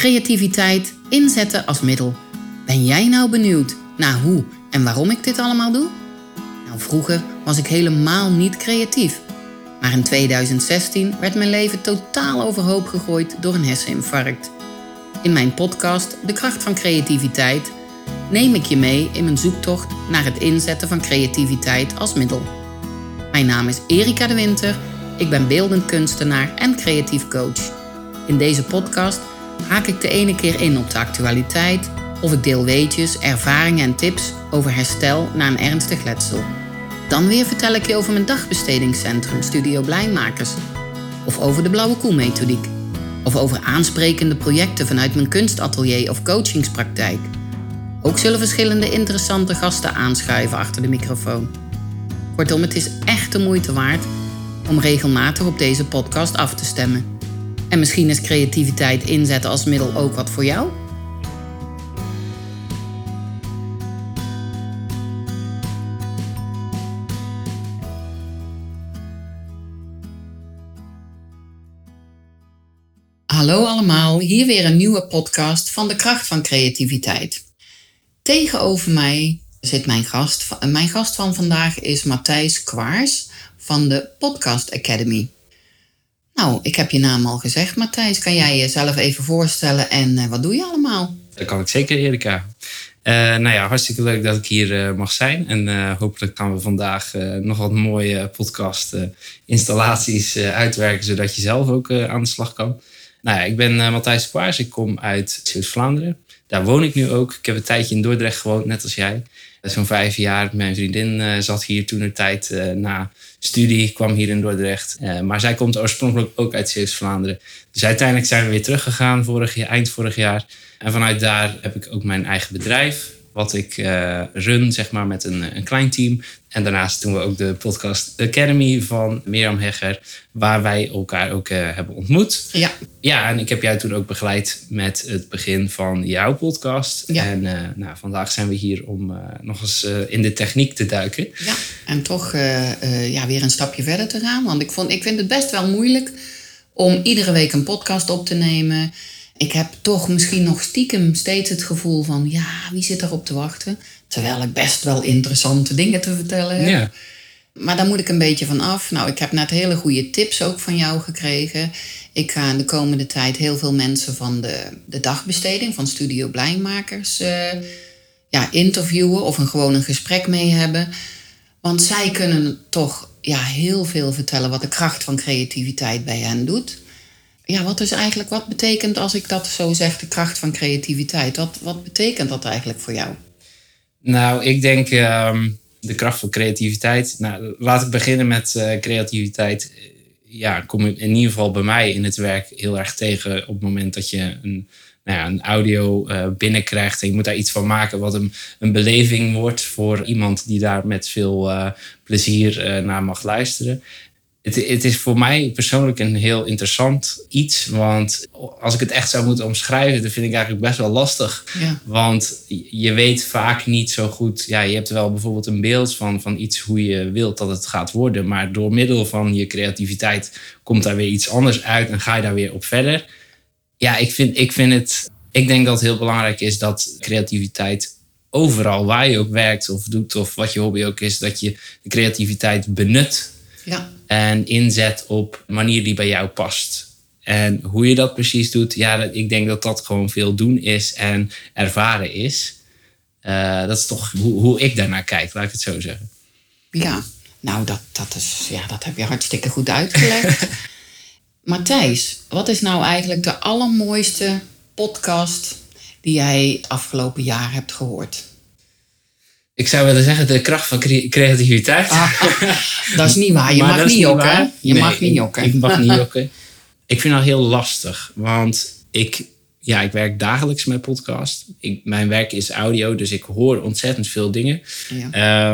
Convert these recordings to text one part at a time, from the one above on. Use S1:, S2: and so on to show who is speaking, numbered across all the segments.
S1: Creativiteit inzetten als middel. Ben jij nou benieuwd naar hoe en waarom ik dit allemaal doe? Nou, vroeger was ik helemaal niet creatief. Maar in 2016 werd mijn leven totaal overhoop gegooid door een herseninfarct. In mijn podcast De Kracht van Creativiteit neem ik je mee in mijn zoektocht naar het inzetten van creativiteit als middel. Mijn naam is Erika de Winter, ik ben beeldend kunstenaar en creatief coach. In deze podcast haak ik de ene keer in op de actualiteit of ik deel weetjes, ervaringen en tips over herstel na een ernstig letsel. Dan weer vertel ik je over mijn dagbestedingscentrum Studio Blijmakers. Of over de Blauwe Koe-methodiek. Of over aansprekende projecten vanuit mijn kunstatelier of coachingspraktijk. Ook zullen verschillende interessante gasten aanschuiven achter de microfoon. Kortom, het is echt de moeite waard om regelmatig op deze podcast af te stemmen. En misschien is creativiteit inzetten als middel ook wat voor jou? Hallo allemaal, hier weer een nieuwe podcast van De Kracht van Creativiteit. Tegenover mij zit mijn gast. Mijn gast van vandaag is Matthijs Quaars van de Podcast Academy. Nou, ik heb je naam al gezegd, Matthijs. Kan jij jezelf even voorstellen en wat doe je allemaal?
S2: Dat kan ik zeker, Erika. Hartstikke leuk dat ik hier mag zijn. En hopelijk gaan we vandaag nog wat mooie podcast installaties uitwerken, zodat je zelf ook aan de slag kan. Ik ben Matthijs Quaars. Ik kom uit Zeeuws-Vlaanderen. Daar woon ik nu ook. Ik heb een tijdje in Dordrecht gewoond, net als jij. Zo'n 5 jaar. Mijn vriendin zat hier toen een tijd na studie, kwam hier in Dordrecht. Maar zij komt oorspronkelijk ook uit Zeeuws-Vlaanderen. Dus uiteindelijk zijn we weer teruggegaan eind vorig jaar. En vanuit daar heb ik ook mijn eigen bedrijf, wat ik run, zeg maar, met een klein team. En daarnaast doen we ook de Podcast Academy van Mirjam Hegger, waar wij elkaar ook hebben ontmoet. Ja, en ik heb jou toen ook begeleid met het begin van jouw podcast. Ja. En vandaag zijn we hier om nog eens in de techniek te duiken.
S1: Ja, en toch weer een stapje verder te gaan. Want ik vind het best wel moeilijk om iedere week een podcast op te nemen. Ik heb toch misschien nog stiekem steeds het gevoel van, wie zit erop te wachten? Terwijl ik best wel interessante dingen te vertellen heb. Ja. Maar daar moet ik een beetje van af. Nou, ik heb net hele goede tips ook van jou gekregen. Ik ga de komende tijd heel veel mensen van de dagbesteding van Studio Blijmakers interviewen of gewoon een gesprek mee hebben. Want zij kunnen toch heel veel vertellen wat de kracht van creativiteit bij hen doet. Ja, wat betekent, als ik dat zo zeg, de kracht van creativiteit? Wat betekent dat eigenlijk voor jou?
S2: Nou, ik denk de kracht van creativiteit. Nou, laat ik beginnen met creativiteit. Kom in ieder geval bij mij in het werk heel erg tegen op het moment dat je een audio binnenkrijgt en je moet daar iets van maken wat een beleving wordt voor iemand die daar met veel plezier naar mag luisteren. Het is voor mij persoonlijk een heel interessant iets. Want als ik het echt zou moeten omschrijven, dan vind ik eigenlijk best wel lastig. Ja. Want je weet vaak niet zo goed. Ja, je hebt wel bijvoorbeeld een beeld van iets hoe je wilt dat het gaat worden. Maar door middel van je creativiteit komt daar weer iets anders uit en ga je daar weer op verder. Ja, ik denk dat het heel belangrijk is dat creativiteit overal waar je ook werkt of doet of wat je hobby ook is, dat je de creativiteit benut. Ja. En inzet op een manier die bij jou past. En hoe je dat precies doet, ik denk dat dat gewoon veel doen is en ervaren is. Dat is toch hoe ik daarnaar kijk, laat ik het zo zeggen.
S1: Ja, nou dat heb je hartstikke goed uitgelegd. Matthijs, wat is nou eigenlijk de allermooiste podcast die jij afgelopen jaar hebt gehoord?
S2: Ik zou willen zeggen de kracht van creativiteit.
S1: Dat is niet waar. Je mag niet jokken. Je mag niet jokken.
S2: Ik mag niet jokken. Ik vind dat heel lastig. Want ik werk dagelijks met podcast. Mijn werk is audio, dus ik hoor ontzettend veel dingen. Ja.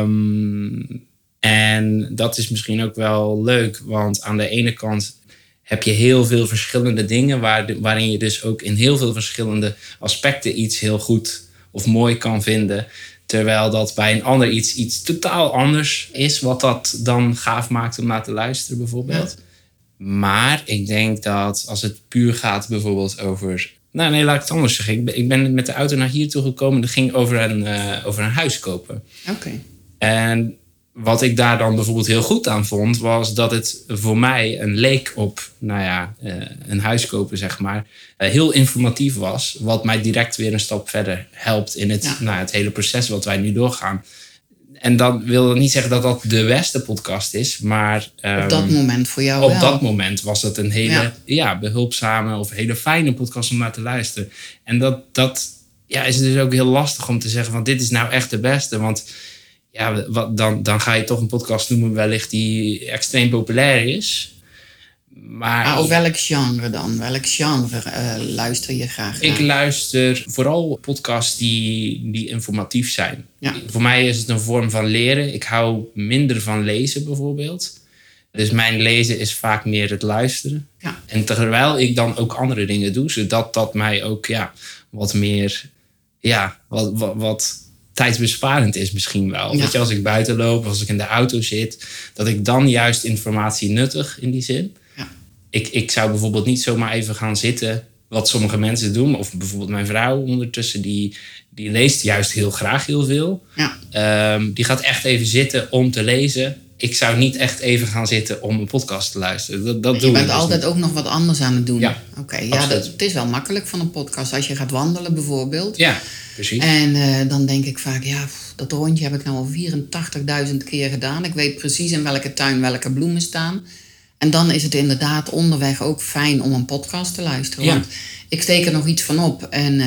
S2: En dat is misschien ook wel leuk. Want aan de ene kant heb je heel veel verschillende dingen waarin je dus ook in heel veel verschillende aspecten iets heel goed of mooi kan vinden. Terwijl dat bij een ander iets totaal anders is, wat dat dan gaaf maakt om naar te luisteren bijvoorbeeld. Ja. Maar ik denk dat als het puur gaat bijvoorbeeld over Nou, nee, laat ik het anders zeggen. Ik ben met de auto naar hier toe gekomen. Dat ging over een huis kopen.
S1: Oké.
S2: En wat ik daar dan bijvoorbeeld heel goed aan vond, was dat het voor mij een leek op, een huis kopen, zeg maar, heel informatief was. Wat mij direct weer een stap verder helpt in het hele proces wat wij nu doorgaan. En dan wil niet zeggen dat dat de beste podcast is, maar
S1: op dat moment voor jou
S2: op
S1: wel.
S2: dat moment was het een hele behulpzame of hele fijne podcast om naar te luisteren. En dat is dus ook heel lastig om te zeggen van dit is nou echt de beste, want ja, dan ga je toch een podcast noemen wellicht die extreem populair is. Maar
S1: op welk genre dan? Welk genre luister je graag naar?
S2: Ik luister vooral podcasts die informatief zijn.
S1: Ja.
S2: Voor mij is het een vorm van leren. Ik hou minder van lezen bijvoorbeeld. Dus mijn lezen is vaak meer het luisteren.
S1: Ja.
S2: En terwijl ik dan ook andere dingen doe, zodat dat mij ook wat meer wat tijdsbesparend is misschien wel.
S1: Ja.
S2: Weet je, als ik buiten loop, als ik in de auto zit, dat ik dan juist informatie nuttig in die zin.
S1: Ja.
S2: Ik zou bijvoorbeeld niet zomaar even gaan zitten, wat sommige mensen doen. Of bijvoorbeeld mijn vrouw ondertussen, die leest juist heel graag heel veel.
S1: Ja.
S2: Die gaat echt even zitten om te lezen. Ik zou niet echt even gaan zitten om een podcast te luisteren. Dat
S1: je bent altijd ook nog wat anders aan het doen.
S2: Ja,
S1: Oké. Het is wel makkelijk van een podcast. Als je gaat wandelen bijvoorbeeld.
S2: Ja, precies.
S1: En dan denk ik vaak, dat rondje heb ik nou al 84.000 keer gedaan. Ik weet precies in welke tuin welke bloemen staan. En dan is het inderdaad onderweg ook fijn om een podcast te luisteren.
S2: Ja.
S1: Want ik steek er nog iets van op. En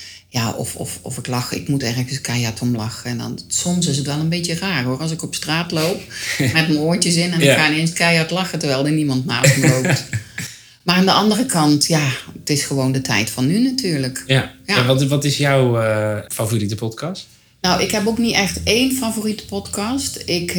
S1: of ik lach, ik moet ergens keihard om lachen. En dan, soms is het wel een beetje raar hoor. Als ik op straat loop met mijn oortjes in en ik ga ineens keihard lachen terwijl er niemand naast me loopt. Maar aan de andere kant, het is gewoon de tijd van nu natuurlijk.
S2: Ja. En wat is jouw favoriete podcast?
S1: Nou, ik heb ook niet echt één favoriete podcast. Ik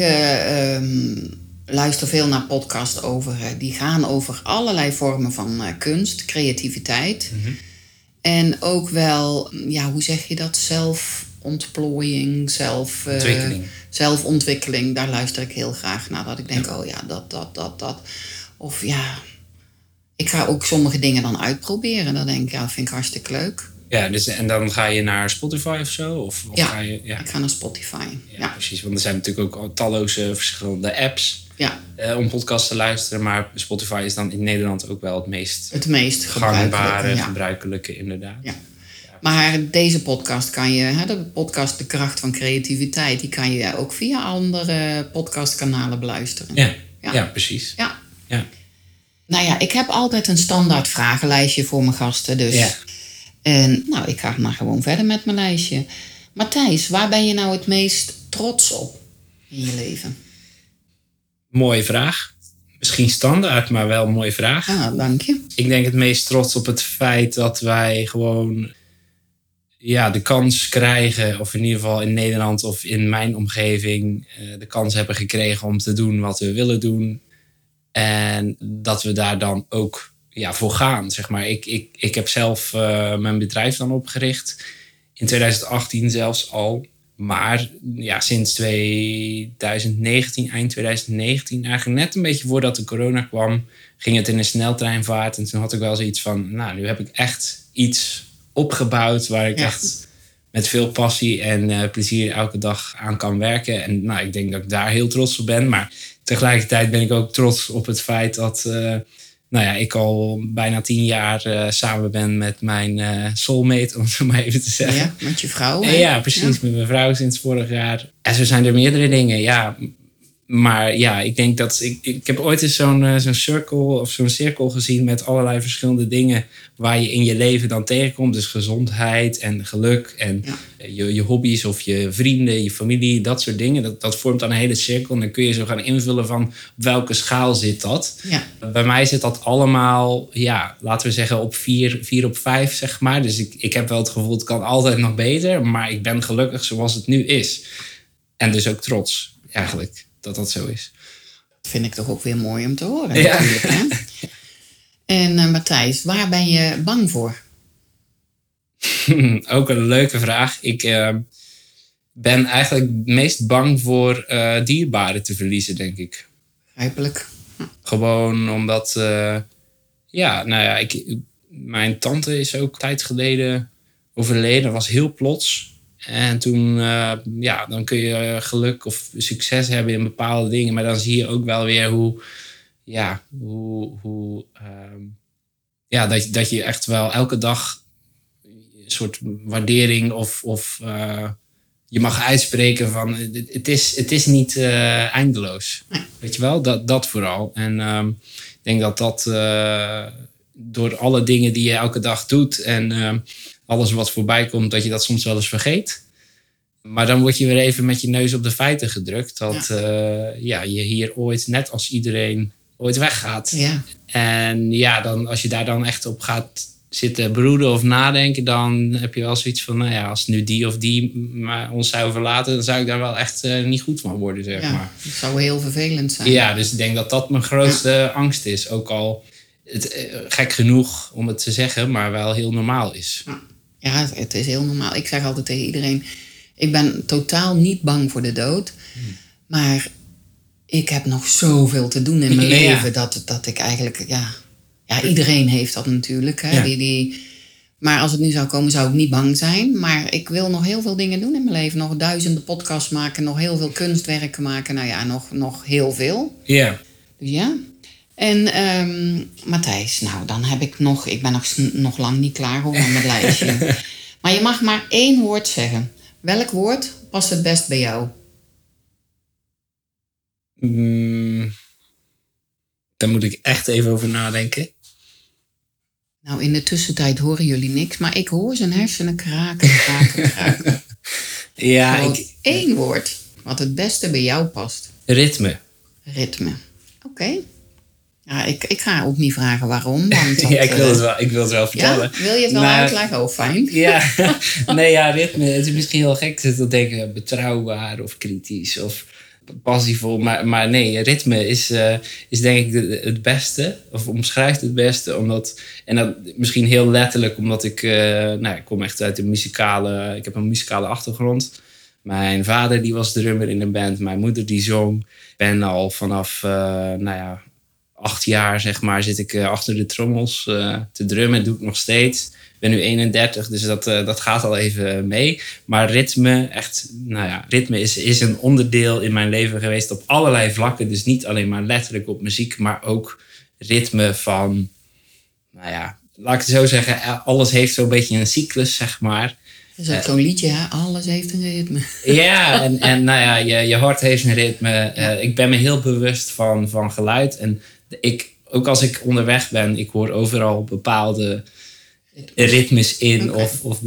S1: luister veel naar podcasts die gaan over allerlei vormen van kunst, creativiteit.
S2: Mm-hmm.
S1: En ook wel, hoe zeg je dat? Zelfontplooiing, zelfontwikkeling. Daar luister ik heel graag naar. Dat ik denk, dat. Of ik ga ook sommige dingen dan uitproberen. Dan denk ik, dat vind ik hartstikke leuk.
S2: Ja, dus, en dan ga je naar Spotify of zo? Of ga je,
S1: ik ga naar Spotify.
S2: Ja, precies. Want er zijn natuurlijk ook al talloze verschillende apps om podcasts te luisteren. Maar Spotify is dan in Nederland ook wel het meest gangbare, gebruikelijke inderdaad. Ja.
S1: Maar deze podcast kan je, de podcast De Kracht van Creativiteit, die kan je ook via andere podcastkanalen beluisteren.
S2: Ja, precies.
S1: Ja.
S2: Ja.
S1: Ik heb altijd een standaard vragenlijstje voor mijn gasten. Dus. Ja. En ik ga maar gewoon verder met mijn lijstje. Matthijs, waar ben je nou het meest trots op in je leven?
S2: Mooie vraag. Misschien standaard, maar wel een mooie vraag.
S1: Ah, dank je.
S2: Ik denk het meest trots op het feit dat wij gewoon de kans krijgen, of in ieder geval in Nederland of in mijn omgeving, de kans hebben gekregen om te doen wat we willen doen. En dat we daar dan ook voor gaan, zeg maar. Ik heb zelf mijn bedrijf dan opgericht. In 2018 zelfs al. Maar sinds 2019, eind 2019, eigenlijk net een beetje voordat de corona kwam, ging het in een sneltreinvaart. En toen had ik wel zoiets van, nu heb ik echt iets opgebouwd waar ik echt met veel passie en plezier elke dag aan kan werken. En ik denk dat ik daar heel trots op ben. Maar tegelijkertijd ben ik ook trots op het feit dat ik al bijna 10 jaar samen ben met mijn soulmate, om het zo maar even te zeggen.
S1: Ja, met je vrouw.
S2: Ja, precies. Met mijn vrouw sinds vorig jaar. En zo zijn er meerdere dingen, Maar ik denk dat ik heb ooit eens zo'n cirkel of zo'n cirkel gezien met allerlei verschillende dingen waar je in je leven dan tegenkomt. Dus gezondheid en geluk en je hobby's of je vrienden, je familie, dat soort dingen. Dat vormt dan een hele cirkel en dan kun je zo gaan invullen van op welke schaal zit dat. Ja. Bij mij zit dat allemaal, laten we zeggen op 4 op 5, zeg maar. Dus ik heb wel het gevoel, het kan altijd nog beter, maar ik ben gelukkig zoals het nu is. En dus ook trots, eigenlijk. Dat zo is.
S1: Dat vind ik toch ook weer mooi om te horen. Natuurlijk, hè? En Matthijs, waar ben je bang voor?
S2: Ook een leuke vraag. Ik ben eigenlijk het meest bang voor dierbaren te verliezen, denk ik.
S1: Begrijpelijk.
S2: Gewoon omdat... mijn tante is ook een tijd geleden overleden. Dat was heel plots. En toen, dan kun je geluk of succes hebben in bepaalde dingen. Maar dan zie je ook wel weer dat je echt wel elke dag een soort waardering of je mag uitspreken van het is niet eindeloos. Weet je wel, dat vooral. En ik denk dat door alle dingen die je elke dag doet en alles wat voorbij komt, dat je dat soms wel eens vergeet. Maar dan word je weer even met je neus op de feiten gedrukt. Dat je hier ooit, net als iedereen, ooit weggaat. Ja. En dan, als je daar dan echt op gaat zitten broeden of nadenken, dan heb je wel zoiets van, als nu die of die ons zou verlaten, dan zou ik daar wel echt niet goed van worden, zeg maar.
S1: Dat zou heel vervelend zijn.
S2: Ja, dus ik denk dat mijn grootste angst is. Ook al gek genoeg om het te zeggen, maar wel heel normaal is.
S1: Ja, het is heel normaal. Ik zeg altijd tegen iedereen, ik ben totaal niet bang voor de dood. Maar ik heb nog zoveel te doen in mijn leven dat ik eigenlijk, iedereen heeft dat natuurlijk. Hè? Ja. Maar als het nu zou komen, zou ik niet bang zijn. Maar ik wil nog heel veel dingen doen in mijn leven. Nog duizenden podcasts maken, nog heel veel kunstwerken maken. Nou ja, nog heel veel.
S2: Ja.
S1: Dus ja. En Matthijs, nou dan heb ik ben nog lang niet klaar hoor met mijn lijstje. Maar je mag maar 1 woord zeggen. Welk woord past het best bij jou?
S2: Daar moet ik echt even over nadenken.
S1: Nou, in de tussentijd horen jullie niks, maar ik hoor zijn hersenen kraken.
S2: Ja,
S1: 1 woord wat het beste bij jou past.
S2: Ritme.
S1: Oké. Ja, ik ga ook niet vragen waarom. Want dat,
S2: ik wil het wel vertellen.
S1: Ja? Wil je het wel uitleggen? Oh, fijn.
S2: Ja. Nee, ritme. Het is misschien heel gek te denken betrouwbaar of kritisch of passievol. Maar nee, ritme is denk ik het beste. Of omschrijft het beste. Omdat, en dat misschien heel letterlijk, omdat ik kom echt uit ik heb een muzikale achtergrond. Mijn vader die was drummer in een band. Mijn moeder die zong. Ik ben al vanaf 8 jaar, zeg maar, zit ik achter de trommels te drummen. Dat doe ik nog steeds. Ik ben nu 31, dus dat gaat al even mee. Maar ritme, ritme is een onderdeel in mijn leven geweest op allerlei vlakken. Dus niet alleen maar letterlijk op muziek, maar ook ritme van, laat ik het zo zeggen, alles heeft zo'n beetje een cyclus, zeg maar.
S1: Dat is ook zo'n liedje, hè? Alles heeft een ritme.
S2: Ja, en je hart heeft een ritme. Ik ben me heel bewust van geluid. En ook als ik onderweg ben, ik hoor overal bepaalde ritmes in. Okay. Of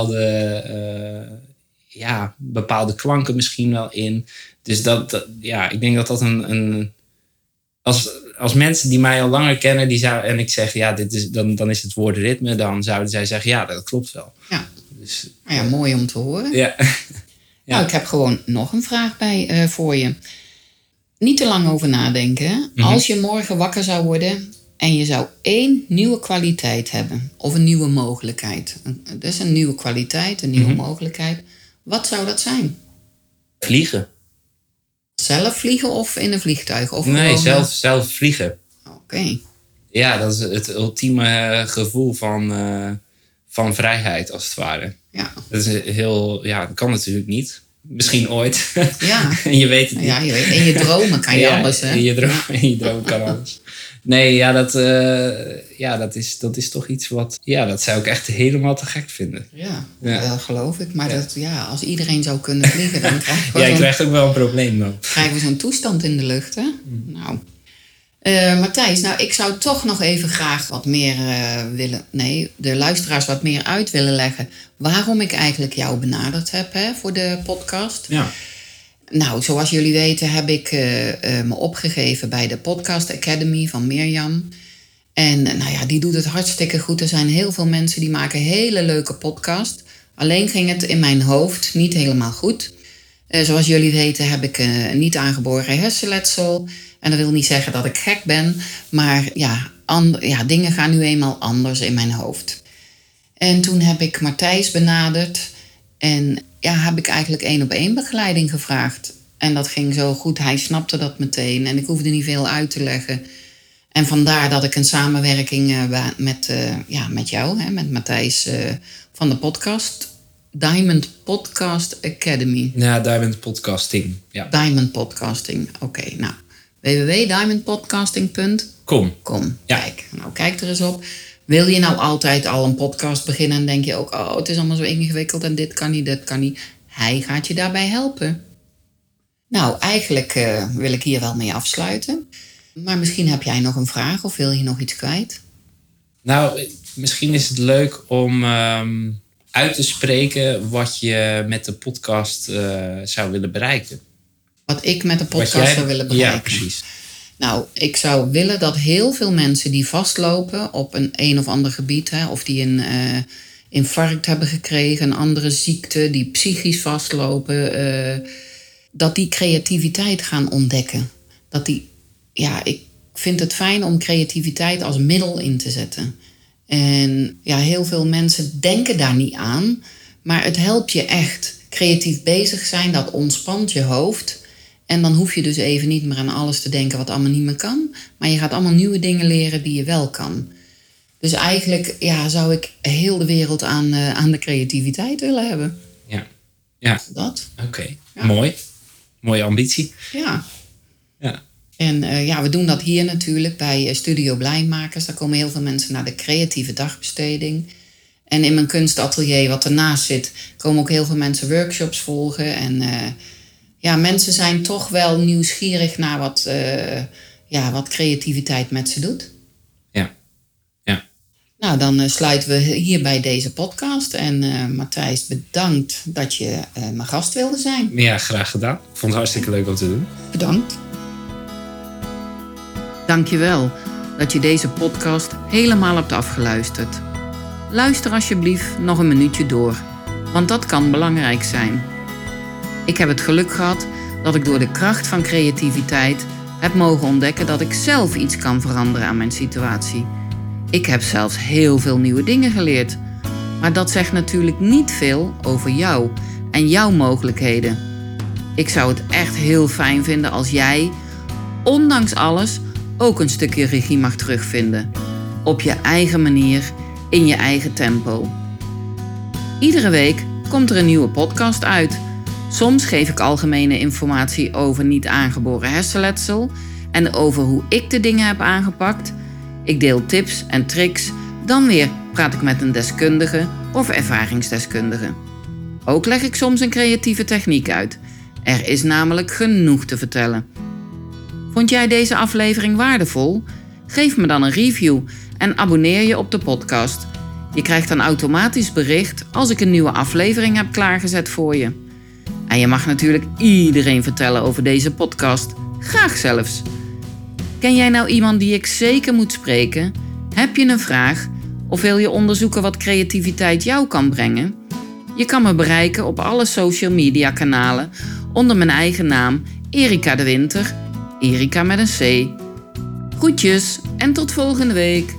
S2: bepaalde klanken misschien wel in. Dus ik denk dat een als mensen die mij al langer kennen, en ik zeg, dan is het woord ritme, dan zouden zij zeggen, ja, dat klopt wel.
S1: Ja. Dus, mooi om te horen.
S2: Ja.
S1: Nou, ik heb gewoon nog een vraag voor je. Niet te lang over nadenken. Mm-hmm. Als je morgen wakker zou worden en je zou 1 nieuwe kwaliteit hebben. Of een nieuwe mogelijkheid. Dus een nieuwe kwaliteit, een nieuwe mogelijkheid. Wat zou dat zijn?
S2: Vliegen.
S1: Zelf vliegen of in een vliegtuig? Of
S2: nee, zelf vliegen.
S1: Oké.
S2: Ja, dat is het ultieme gevoel van vrijheid, als het ware. Ja. Dat is dat kan natuurlijk niet. Misschien ooit.
S1: Ja.
S2: En je weet het niet.
S1: Ja, je weet. In je dromen kan je alles, hè?
S2: In je dromen kan alles. Nee, dat is toch iets wat... Ja, dat zou ik echt helemaal te gek vinden.
S1: Ja, dat geloof ik. Maar als iedereen zou kunnen vliegen, dan krijgen we...
S2: je krijgt ook wel een probleem dan.
S1: Krijgen we zo'n toestand in de lucht, hè? Nou... Matthijs, ik zou toch nog even graag wat meer de luisteraars wat meer uit willen leggen waarom ik eigenlijk jou benaderd heb voor de podcast.
S2: Ja.
S1: Nou, zoals jullie weten heb ik me opgegeven bij de Podcast Academy van Mirjam. En die doet het hartstikke goed. Er zijn heel veel mensen die maken hele leuke podcast. Alleen ging het in mijn hoofd niet helemaal goed. Zoals jullie weten heb ik niet aangeboren hersenletsel. En dat wil niet zeggen dat ik gek ben. Maar dingen gaan nu eenmaal anders in mijn hoofd. En toen heb ik Matthijs benaderd. En heb ik eigenlijk 1-op-1 begeleiding gevraagd. En dat ging zo goed. Hij snapte dat meteen. En ik hoefde niet veel uit te leggen. En vandaar dat ik een samenwerking met jou, met Matthijs van de podcast. Diamond Podcast Academy.
S2: Ja, Diamond Podcasting. Ja.
S1: Diamond Podcasting, oké. Nou, www.diamondpodcasting.com.
S2: Ja.
S1: Kijk er eens op. Wil je nou altijd al een podcast beginnen en denk je ook... het is allemaal zo ingewikkeld en dit kan niet, dat kan niet. Hij gaat je daarbij helpen. Nou, eigenlijk wil ik hier wel mee afsluiten. Maar misschien heb jij nog een vraag of wil je nog iets kwijt?
S2: Nou, misschien is het leuk om uit te spreken wat je met de podcast zou willen bereiken.
S1: Wat ik met de podcast zou willen bereiken?
S2: Ja, precies.
S1: Nou, ik zou willen dat heel veel mensen die vastlopen op een of ander gebied... of die een infarct hebben gekregen, een andere ziekte... die psychisch vastlopen... dat die creativiteit gaan ontdekken. Ik vind het fijn om creativiteit als middel in te zetten. En ja, heel veel mensen denken daar niet aan. Maar het helpt je echt. Creatief bezig zijn, dat ontspant je hoofd. En dan hoef je dus even niet meer aan alles te denken wat allemaal niet meer kan. Maar je gaat allemaal nieuwe dingen leren die je wel kan. Dus eigenlijk zou ik heel de wereld aan de creativiteit willen hebben.
S2: Ja.
S1: Dat.
S2: Oké. Ja. Mooi. Mooie ambitie.
S1: Ja. En we doen dat hier natuurlijk bij Studio Blijmakers. Daar komen heel veel mensen naar de creatieve dagbesteding. En in mijn kunstatelier wat ernaast zit... komen ook heel veel mensen workshops volgen. En mensen zijn toch wel nieuwsgierig naar wat creativiteit met ze doet. Ja. Nou, dan sluiten we hierbij deze podcast. En Matthijs, bedankt dat je mijn gast wilde zijn.
S2: Ja, graag gedaan. Ik vond het hartstikke leuk om te doen.
S1: Bedankt. Dankjewel dat je deze podcast helemaal hebt afgeluisterd. Luister alsjeblieft nog een minuutje door, want dat kan belangrijk zijn. Ik heb het geluk gehad dat ik door de kracht van creativiteit heb mogen ontdekken dat ik zelf iets kan veranderen aan mijn situatie. Ik heb zelfs heel veel nieuwe dingen geleerd. Maar dat zegt natuurlijk niet veel over jou en jouw mogelijkheden. Ik zou het echt heel fijn vinden als jij, ondanks alles, ook een stukje regie mag terugvinden. Op je eigen manier, in je eigen tempo. Iedere week komt er een nieuwe podcast uit. Soms geef ik algemene informatie over niet aangeboren hersenletsel en over hoe ik de dingen heb aangepakt. Ik deel tips en tricks, dan weer praat ik met een deskundige of ervaringsdeskundige. Ook leg ik soms een creatieve techniek uit. Er is namelijk genoeg te vertellen. Vond jij deze aflevering waardevol? Geef me dan een review en abonneer je op de podcast. Je krijgt dan automatisch bericht als ik een nieuwe aflevering heb klaargezet voor je. En je mag natuurlijk iedereen vertellen over deze podcast. Graag zelfs. Ken jij nou iemand die ik zeker moet spreken? Heb je een vraag? Of wil je onderzoeken wat creativiteit jou kan brengen? Je kan me bereiken op alle social media kanalen onder mijn eigen naam Erika de Winter. Erika met een C. Groetjes en tot volgende week.